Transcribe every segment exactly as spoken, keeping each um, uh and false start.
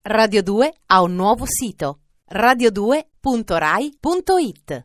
Radio due ha un nuovo sito: radio due punto rai punto it.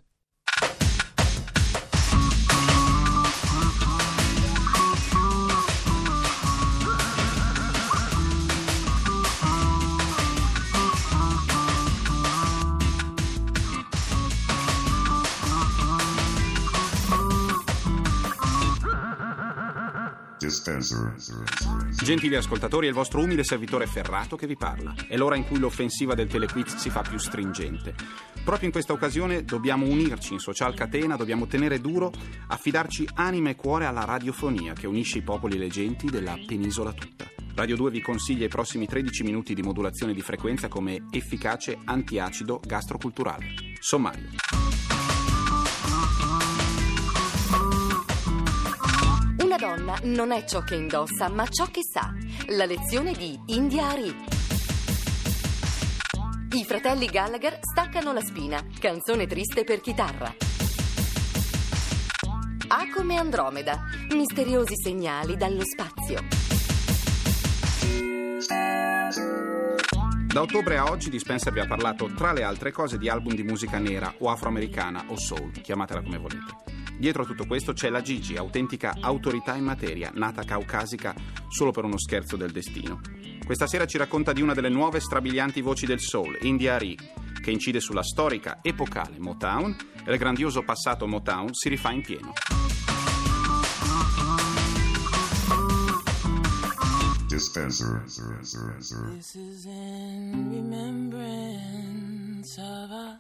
Gentili ascoltatori, è il vostro umile servitore Ferrato che vi parla. È l'ora in cui l'offensiva del telequiz si fa più stringente. Proprio in questa occasione dobbiamo unirci in social catena, dobbiamo tenere duro, affidarci anima e cuore alla radiofonia che unisce i popoli e le genti della penisola tutta. Radio due vi consiglia i prossimi tredici minuti di modulazione di frequenza come efficace antiacido gastroculturale. Sommario. Una donna non è ciò che indossa, ma ciò che sa. La lezione di India Arie. I fratelli Gallagher staccano la spina. Canzone triste per chitarra. A come Andromeda. Misteriosi segnali dallo spazio. Da ottobre a oggi Dispenser vi ha parlato, tra le altre cose, di album di musica nera o afroamericana o soul, chiamatela come volete. Dietro a tutto questo c'è la Gigi, autentica autorità in materia, nata caucasica solo per uno scherzo del destino. Questa sera ci racconta di una delle nuove strabilianti voci del soul, India Arie, che incide sulla storica epocale Motown e il grandioso passato Motown si rifà in pieno. Dispenser. This is in remembrance of a...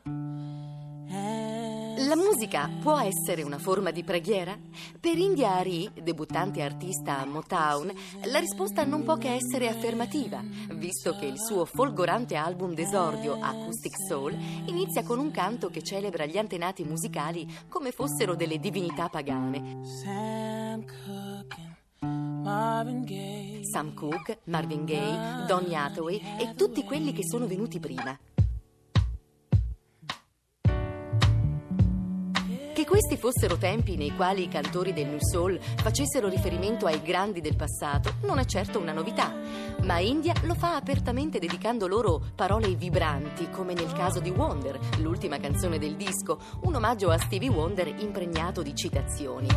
La musica può essere una forma di preghiera? Per India Arie, debuttante artista a Motown, la risposta non può che essere affermativa, visto che il suo folgorante album d'esordio, Acoustic Soul, inizia con un canto che celebra gli antenati musicali come fossero delle divinità pagane. Sam Cooke, Marvin Gaye, Sam Cooke, Marvin Gaye, Donny Hathaway e tutti quelli che sono venuti prima. Che questi fossero tempi nei quali i cantori del New Soul facessero riferimento ai grandi del passato non è certo una novità, ma India lo fa apertamente dedicando loro parole vibranti, come nel caso di Wonder, l'ultima canzone del disco, un omaggio a Stevie Wonder impregnato di citazioni.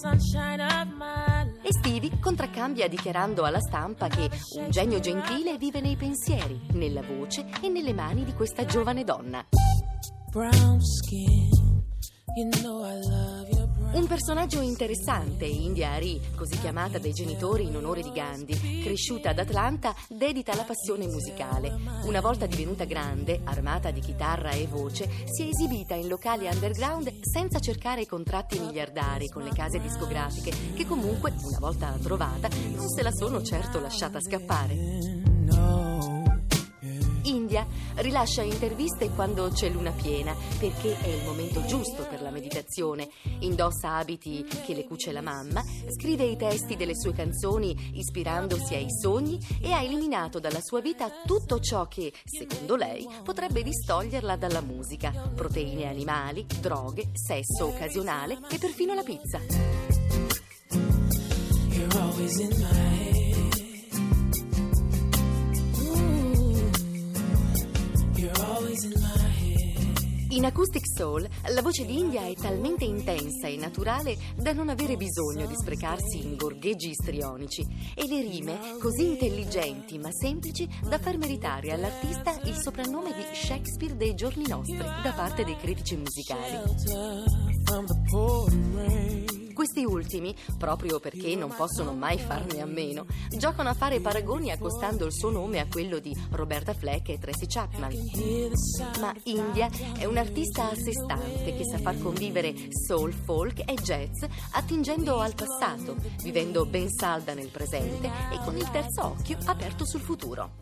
E Stevie contraccambia dichiarando alla stampa che un genio gentile vive nei pensieri, nella voce e nelle mani di questa giovane donna. brown skin. You know I love your brown. Un personaggio interessante, India Arie, così chiamata dai genitori in onore di Gandhi, cresciuta ad Atlanta, dedita la passione musicale. Una volta divenuta grande, armata di chitarra e voce, si è esibita in locali underground senza cercare contratti miliardari con le case discografiche, che comunque, una volta trovata, non se la sono certo lasciata scappare. India rilascia interviste quando c'è luna piena, perché è il momento giusto per la meditazione. Indossa abiti che le cuce la mamma, scrive i testi delle sue canzoni ispirandosi ai sogni e ha eliminato dalla sua vita tutto ciò che, secondo lei, potrebbe distoglierla dalla musica: proteine animali, droghe, sesso occasionale e perfino la pizza. You're always in my head. In Acoustic Soul la voce di India è talmente intensa e naturale da non avere bisogno di sprecarsi in gorgheggi istrionici, e le rime così intelligenti ma semplici da far meritare all'artista il soprannome di Shakespeare dei giorni nostri da parte dei critici musicali. Questi ultimi, proprio perché non possono mai farne a meno, giocano a fare paragoni accostando il suo nome a quello di Roberta Fleck e Tracy Chapman. Ma India è un artista a sé stante che sa far convivere soul, folk e jazz, attingendo al passato, vivendo ben salda nel presente e con il terzo occhio aperto sul futuro.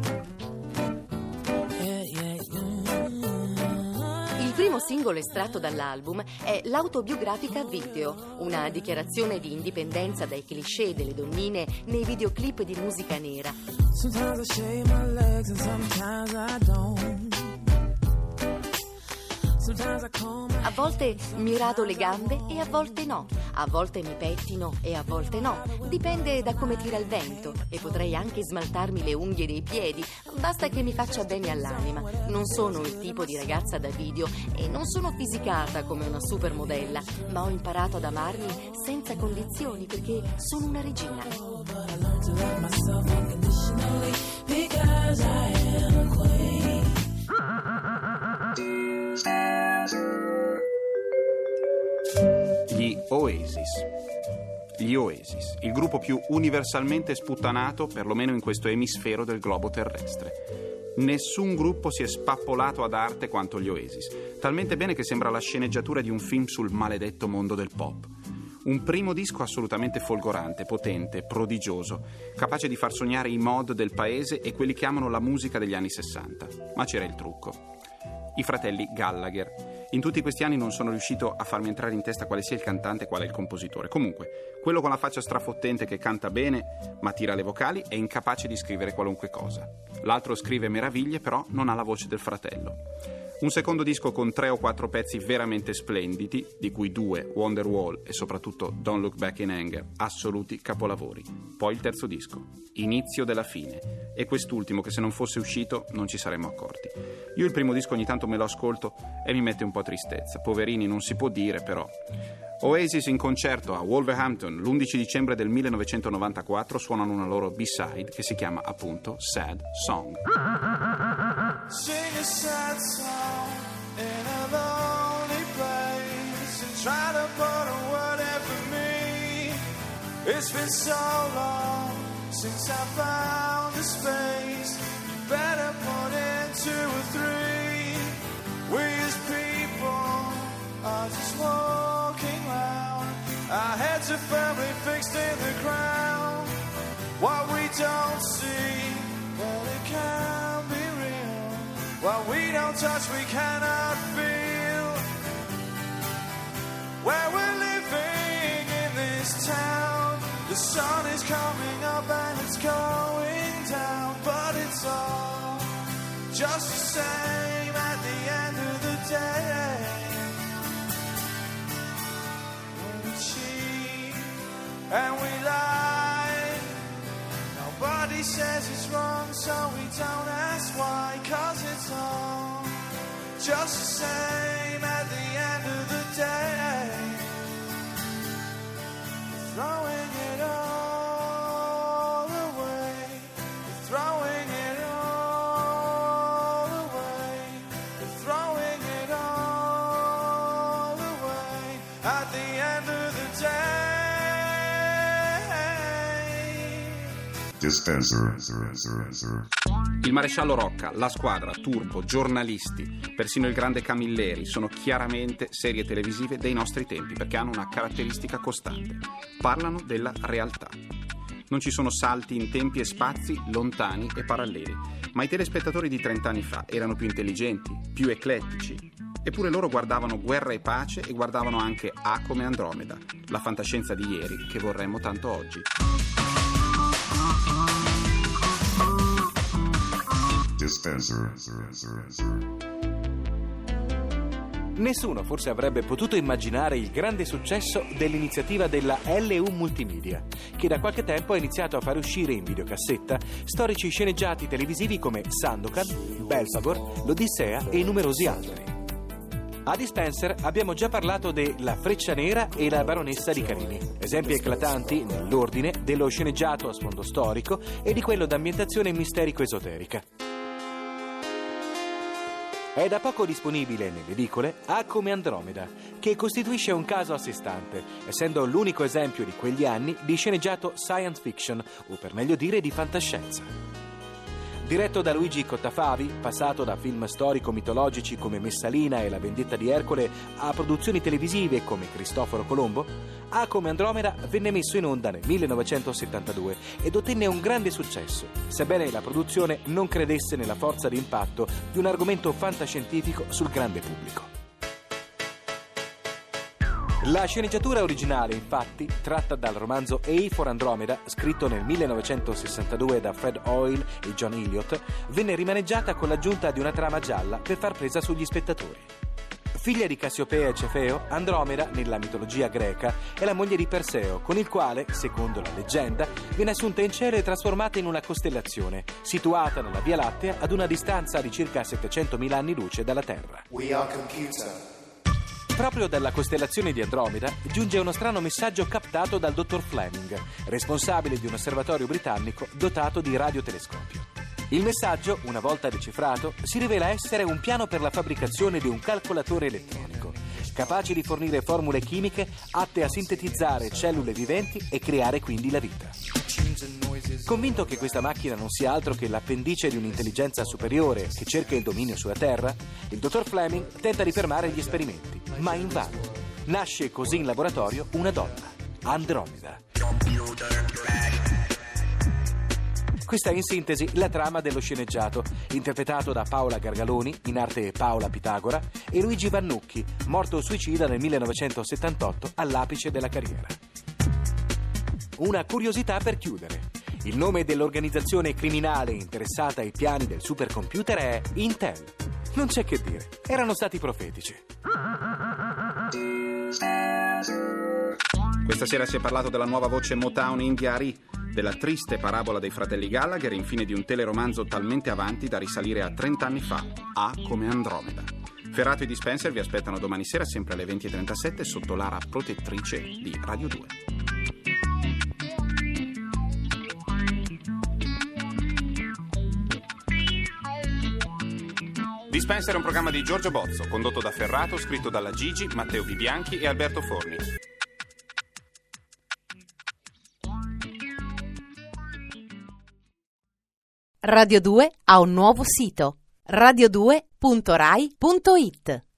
Il primo singolo estratto dall'album è l'autobiografica Video, una dichiarazione di indipendenza dai cliché delle donnine nei videoclip di musica nera. A volte mi rado le gambe e a volte no. A volte mi pettino e a volte no. Dipende da come tira il vento. E potrei anche smaltarmi le unghie dei piedi. Basta che mi faccia bene all'anima. Non sono il tipo di ragazza da video e non sono fisicata come una supermodella, ma ho imparato ad amarmi senza condizioni perché sono una regina. I learned to love myself unconditionally because I am a queen. Gli Oasis. Gli Oasis, il gruppo più universalmente sputtanato, perlomeno in questo emisfero del globo terrestre. Nessun gruppo si è spappolato ad arte quanto gli Oasis, talmente bene che sembra la sceneggiatura di un film sul maledetto mondo del pop. Un primo disco assolutamente folgorante, potente, prodigioso, capace di far sognare i mod del paese e quelli che amano la musica degli anni sessanta. Ma c'era il trucco. I fratelli Gallagher. In tutti questi anni non sono riuscito a farmi entrare in testa quale sia il cantante e quale il compositore. Comunque, quello con la faccia strafottente che canta bene ma tira le vocali è incapace di scrivere qualunque cosa. L'altro scrive meraviglie, però non ha la voce del fratello. Un secondo disco con tre o quattro pezzi veramente splendidi, di cui due, Wonderwall e soprattutto Don't Look Back in Anger, assoluti capolavori. Poi il terzo disco, Inizio della fine, e quest'ultimo che se non fosse uscito non ci saremmo accorti. Io il primo disco ogni tanto me lo ascolto e mi mette un po' tristezza. Poverini, non si può dire, però. Oasis in concerto a Wolverhampton l'undici dicembre del millenovecentonovantaquattro suonano una loro B-side che si chiama appunto Sad Song. Sing a sad song in a lonely place and try to put a word in for me. It's been so long since I found a space. You better put in two or three. We as people are just walking round, our heads are firmly fixed in the ground. What we don't see, well, it can be real. What we don't touch, we cannot feel. Where we're living in this town, the sun is coming up and it's going down, but it's all just the same at the end of the day. When we cheat and we lie, nobody says it's wrong, so we don't ask why, 'cause it's all just the same at the end of the day. We're throwing it all away. We're throwing it all away. We're throwing it all away at the end of the day. Dispenser. Il maresciallo Rocca, la squadra, Turbo, giornalisti, persino il grande Camilleri sono chiaramente serie televisive dei nostri tempi perché hanno una caratteristica costante: parlano della realtà. Non ci sono salti in tempi e spazi lontani e paralleli, ma i telespettatori di trent'anni fa erano più intelligenti, più eclettici. Eppure loro guardavano Guerra e Pace e guardavano anche A come Andromeda, la fantascienza di ieri che vorremmo tanto oggi. Dispenser. Nessuno forse avrebbe potuto immaginare il grande successo dell'iniziativa della L U Multimedia, che da qualche tempo ha iniziato a fare uscire in videocassetta storici sceneggiati televisivi come Sandokan, Belphegor, l'Odissea e numerosi altri. A Dispenser abbiamo già parlato de La Freccia Nera e La Baronessa di Carini, esempi eclatanti nell'ordine dello sceneggiato a sfondo storico e di quello d'ambientazione misterico-esoterica. È da poco disponibile nelle edicole A come Andromeda, che costituisce un caso a sé stante, essendo l'unico esempio di quegli anni di sceneggiato science fiction, o per meglio dire di fantascienza. Diretto da Luigi Cottafavi, passato da film storico-mitologici come Messalina e La vendetta di Ercole a produzioni televisive come Cristoforo Colombo, A come Andromeda venne messo in onda nel millenovecentosettantadue ed ottenne un grande successo, sebbene la produzione non credesse nella forza di impatto di un argomento fantascientifico sul grande pubblico. La sceneggiatura originale, infatti, tratta dal romanzo A for Andromeda, scritto nel millenovecentosessantadue da Fred Hoyle e John Elliott, venne rimaneggiata con l'aggiunta di una trama gialla per far presa sugli spettatori. Figlia di Cassiopea e Cefeo, Andromeda, nella mitologia greca, è la moglie di Perseo, con il quale, secondo la leggenda, viene assunta in cielo e trasformata in una costellazione, situata nella Via Lattea ad una distanza di circa settecentomila anni luce dalla Terra. We are computer. Proprio dalla costellazione di Andromeda giunge uno strano messaggio captato dal dottor Fleming, responsabile di un osservatorio britannico dotato di radiotelescopio. Il messaggio, una volta decifrato, si rivela essere un piano per la fabbricazione di un calcolatore elettronico, capace di fornire formule chimiche atte a sintetizzare cellule viventi e creare quindi la vita. Convinto che questa macchina non sia altro che l'appendice di un'intelligenza superiore che cerca il dominio sulla Terra, il dottor Fleming tenta di fermare gli esperimenti, ma invano. Nasce così in laboratorio una donna, Andromeda. Questa è in sintesi la trama dello sceneggiato, interpretato da Paola Gargaloni, in arte Paola Pitagora, e Luigi Vannucchi, morto suicida nel millenovecentosettantotto all'apice della carriera. Una curiosità per chiudere. Il nome dell'organizzazione criminale interessata ai piani del supercomputer è Intel. Non c'è che dire, erano stati profetici. Questa sera si è parlato della nuova voce Motown India Arie, della triste parabola dei fratelli Gallagher e infine di un teleromanzo talmente avanti da risalire a trent'anni fa, A come Andromeda. Ferrato e Dispenser vi aspettano domani sera sempre alle venti e trentasette sotto l'ara protettrice di Radio due. Dispenser è un programma di Giorgio Bozzo, condotto da Ferrato, scritto dalla Gigi, Matteo Bibianchi e Alberto Forni. Radio due ha un nuovo sito, radio due punto rai punto it.